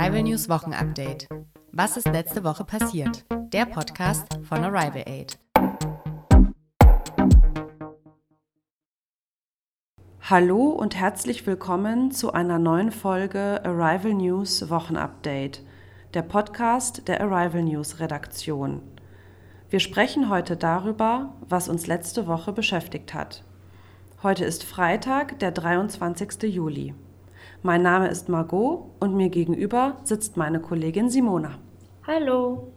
Arrival News Wochenupdate. Was ist letzte Woche passiert? Der Podcast von Arrival Aid. Hallo und herzlich willkommen zu einer neuen Folge Arrival News Wochenupdate, der Podcast der Arrival News Redaktion. Wir sprechen heute darüber, was uns letzte Woche beschäftigt hat. Heute ist Freitag, der 23. Juli. Mein Name ist Margot und mir gegenüber sitzt meine Kollegin Simona. Hallo.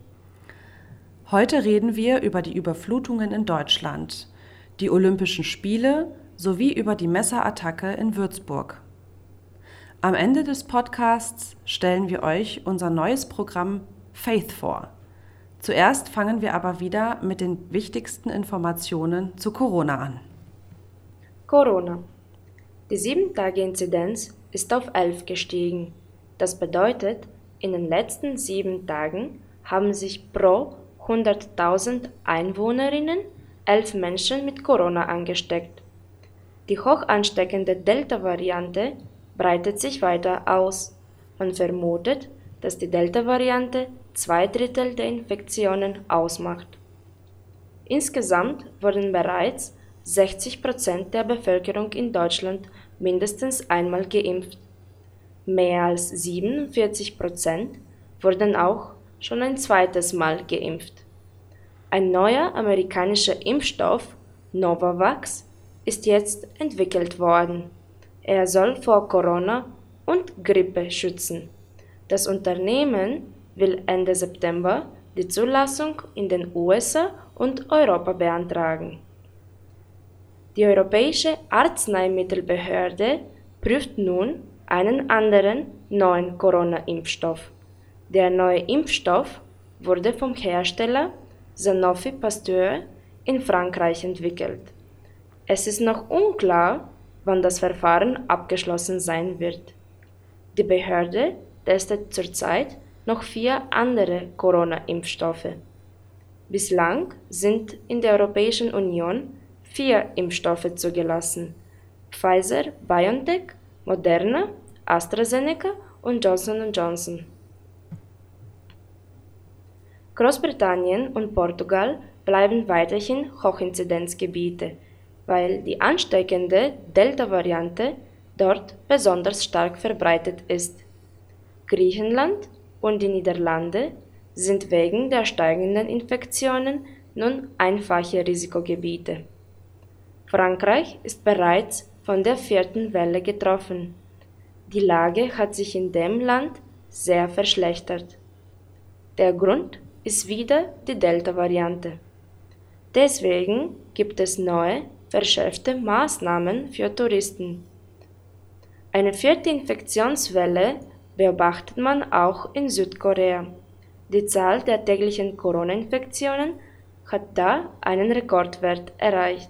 Heute reden wir über die Überflutungen in Deutschland, die Olympischen Spiele sowie über die Messerattacke in Würzburg. Am Ende des Podcasts stellen wir euch unser neues Programm Faith vor. Zuerst fangen wir aber wieder mit den wichtigsten Informationen zu Corona an. Corona. Die 7-Tage-Inzidenz ist auf 11 gestiegen. Das bedeutet, in den letzten 7 Tagen haben sich pro 100.000 Einwohnerinnen 11 Menschen mit Corona angesteckt. Die hoch ansteckende Delta-Variante breitet sich weiter aus. Man vermutet, dass die Delta-Variante 2/3 der Infektionen ausmacht. Insgesamt wurden bereits 60% der Bevölkerung in Deutschland mindestens einmal geimpft. Mehr als 47% wurden auch schon ein zweites Mal geimpft. Ein neuer amerikanischer Impfstoff, Novavax, ist jetzt entwickelt worden. Er soll vor Corona und Grippe schützen. Das Unternehmen will Ende September die Zulassung in den USA und Europa beantragen. Die Europäische Arzneimittelbehörde prüft nun einen anderen neuen Corona-Impfstoff. Der neue Impfstoff wurde vom Hersteller Sanofi Pasteur in Frankreich entwickelt. Es ist noch unklar, wann das Verfahren abgeschlossen sein wird. Die Behörde testet zurzeit noch 4 andere Corona-Impfstoffe. Bislang sind in der Europäischen Union 4 Impfstoffe zugelassen: Pfizer, BioNTech, Moderna, AstraZeneca und Johnson & Johnson. Großbritannien und Portugal bleiben weiterhin Hochinzidenzgebiete, weil die ansteckende Delta-Variante dort besonders stark verbreitet ist. Griechenland und die Niederlande sind wegen der steigenden Infektionen nun einfache Risikogebiete. Frankreich ist bereits von der 4. Welle getroffen. Die Lage hat sich in dem Land sehr verschlechtert. Der Grund ist wieder die Delta-Variante. Deswegen gibt es neue, verschärfte Maßnahmen für Touristen. Eine 4. Infektionswelle beobachtet man auch in Südkorea. Die Zahl der täglichen Corona-Infektionen hat da einen Rekordwert erreicht.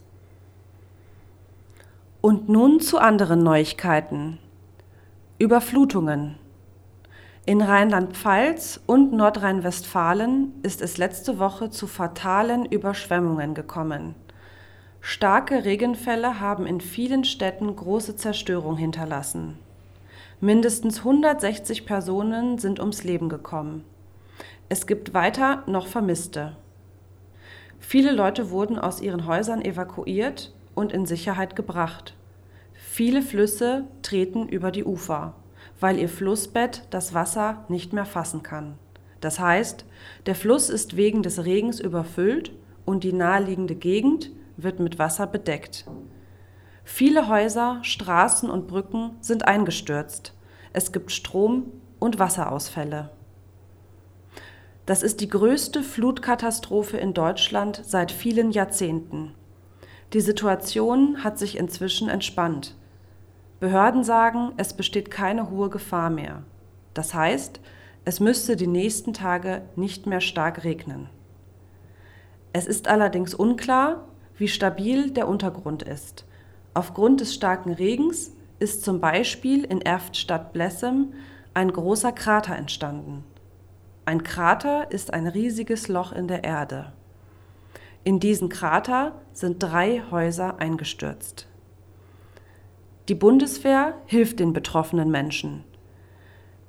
Und nun zu anderen Neuigkeiten. Überflutungen. In Rheinland-Pfalz und Nordrhein-Westfalen ist es letzte Woche zu fatalen Überschwemmungen gekommen. Starke Regenfälle haben in vielen Städten große Zerstörung hinterlassen. Mindestens 160 Personen sind ums Leben gekommen. Es gibt weiter noch Vermisste. Viele Leute wurden aus ihren Häusern evakuiert und in Sicherheit gebracht. Viele Flüsse treten über die Ufer, weil ihr Flussbett das Wasser nicht mehr fassen kann. Das heißt, der Fluss ist wegen des Regens überfüllt und die naheliegende Gegend wird mit Wasser bedeckt. Viele Häuser, Straßen und Brücken sind eingestürzt. Es gibt Strom- und Wasserausfälle. Das ist die größte Flutkatastrophe in Deutschland seit vielen Jahrzehnten. Die Situation hat sich inzwischen entspannt. Behörden sagen, es besteht keine hohe Gefahr mehr. Das heißt, es müsste die nächsten Tage nicht mehr stark regnen. Es ist allerdings unklar, wie stabil der Untergrund ist. Aufgrund des starken Regens ist zum Beispiel in Erftstadt-Blessem ein großer Krater entstanden. Ein Krater ist ein riesiges Loch in der Erde. In diesen Krater sind 3 Häuser eingestürzt. Die Bundeswehr hilft den betroffenen Menschen.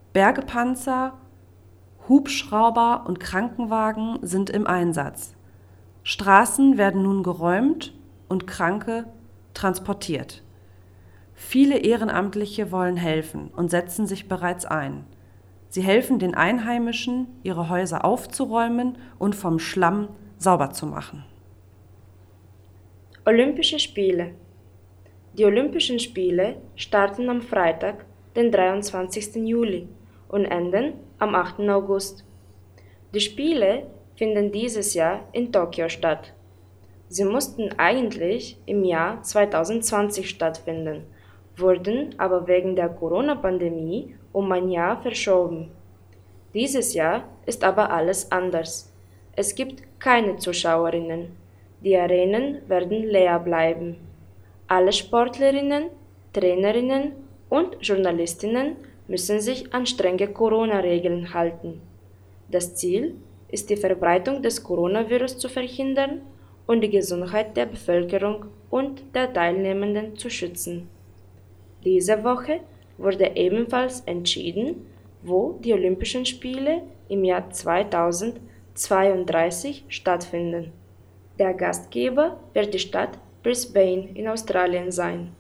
Bergepanzer, Hubschrauber und Krankenwagen sind im Einsatz. Straßen werden nun geräumt und Kranke transportiert. Viele Ehrenamtliche wollen helfen und setzen sich bereits ein. Sie helfen den Einheimischen, ihre Häuser aufzuräumen und vom Schlamm sauber zu machen. Olympische Spiele. Die Olympischen Spiele starten am Freitag, den 23. Juli und enden am 8. August. Die Spiele finden dieses Jahr in Tokio statt. Sie mussten eigentlich im Jahr 2020 stattfinden, wurden aber wegen der Corona-Pandemie um ein Jahr verschoben. Dieses Jahr ist aber alles anders. Es gibt keine Zuschauerinnen. Die Arenen werden leer bleiben. Alle Sportlerinnen, Trainerinnen und Journalistinnen müssen sich an strenge Corona-Regeln halten. Das Ziel ist die Verbreitung des Coronavirus zu verhindern und die Gesundheit der Bevölkerung und der Teilnehmenden zu schützen. Diese Woche wurde ebenfalls entschieden, wo die Olympischen Spiele im Jahr 2032 stattfinden. Der Gastgeber wird die Stadt Brisbane in Australien sein.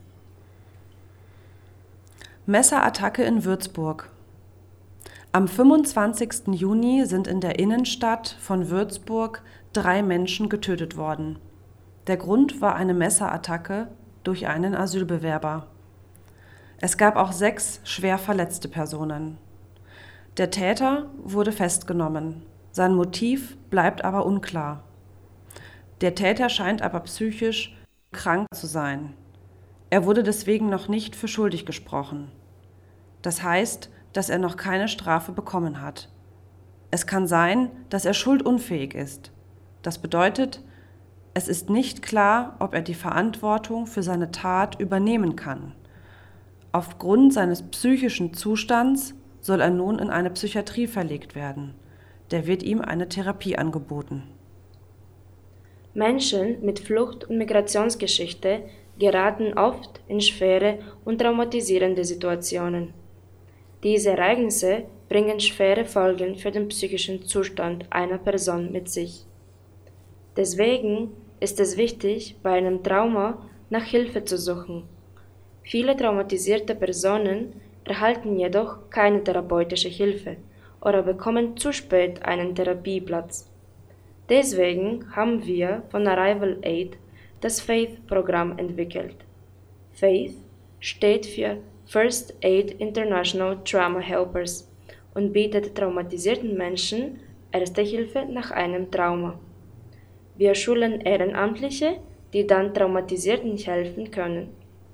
Messerattacke in Würzburg. Am 25. Juni sind in der Innenstadt von Würzburg 3 Menschen getötet worden. Der Grund war eine Messerattacke durch einen Asylbewerber. Es gab auch 6 schwer verletzte Personen. Der Täter wurde festgenommen. Sein Motiv bleibt aber unklar. Der Täter scheint aber psychisch krank zu sein. Er wurde deswegen noch nicht für schuldig gesprochen. Das heißt, dass er noch keine Strafe bekommen hat. Es kann sein, dass er schuldunfähig ist. Das bedeutet, es ist nicht klar, ob er die Verantwortung für seine Tat übernehmen kann. Aufgrund seines psychischen Zustands soll er nun in eine Psychiatrie verlegt werden. Der wird ihm eine Therapie angeboten. Menschen mit Flucht- und Migrationsgeschichte geraten oft in schwere und traumatisierende Situationen. Diese Ereignisse bringen schwere Folgen für den psychischen Zustand einer Person mit sich. Deswegen ist es wichtig, bei einem Trauma nach Hilfe zu suchen. Viele traumatisierte Personen erhalten jedoch keine therapeutische Hilfe oder bekommen zu spät einen Therapieplatz. Deswegen haben wir von Arrival Aid das FAITH-Programm entwickelt. FAITH steht für First Aid International Trauma Helpers und bietet traumatisierten Menschen Erste Hilfe nach einem Trauma. Wir schulen Ehrenamtliche, die dann Traumatisierten helfen können.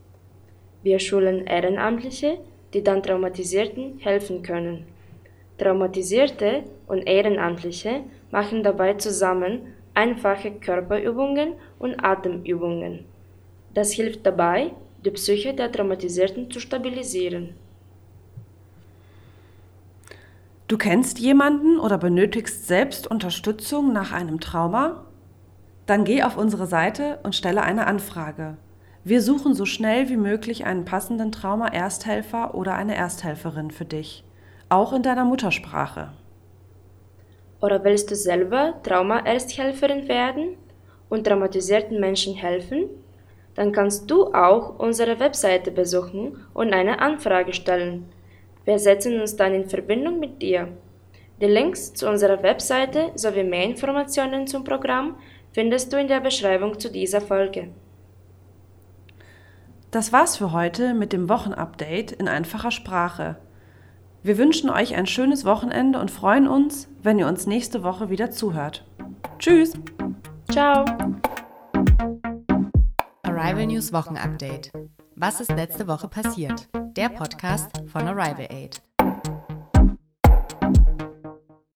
Traumatisierte und Ehrenamtliche machen dabei zusammen einfache Körperübungen und Atemübungen. Das hilft dabei, die Psyche der Traumatisierten zu stabilisieren. Du kennst jemanden oder benötigst selbst Unterstützung nach einem Trauma? Dann geh auf unsere Seite und stelle eine Anfrage. Wir suchen so schnell wie möglich einen passenden Trauma-Ersthelfer oder eine Ersthelferin für dich, auch in deiner Muttersprache. Oder willst du selber Trauma-Ersthelferin werden und traumatisierten Menschen helfen? Dann kannst du auch unsere Webseite besuchen und eine Anfrage stellen. Wir setzen uns dann in Verbindung mit dir. Die Links zu unserer Webseite sowie mehr Informationen zum Programm findest du in der Beschreibung zu dieser Folge. Das war's für heute mit dem Wochenupdate in einfacher Sprache. Wir wünschen euch ein schönes Wochenende und freuen uns, wenn ihr uns nächste Woche wieder zuhört. Tschüss! Ciao! Arrival News Wochenupdate. Was ist letzte Woche passiert? Der Podcast von Arrival Aid.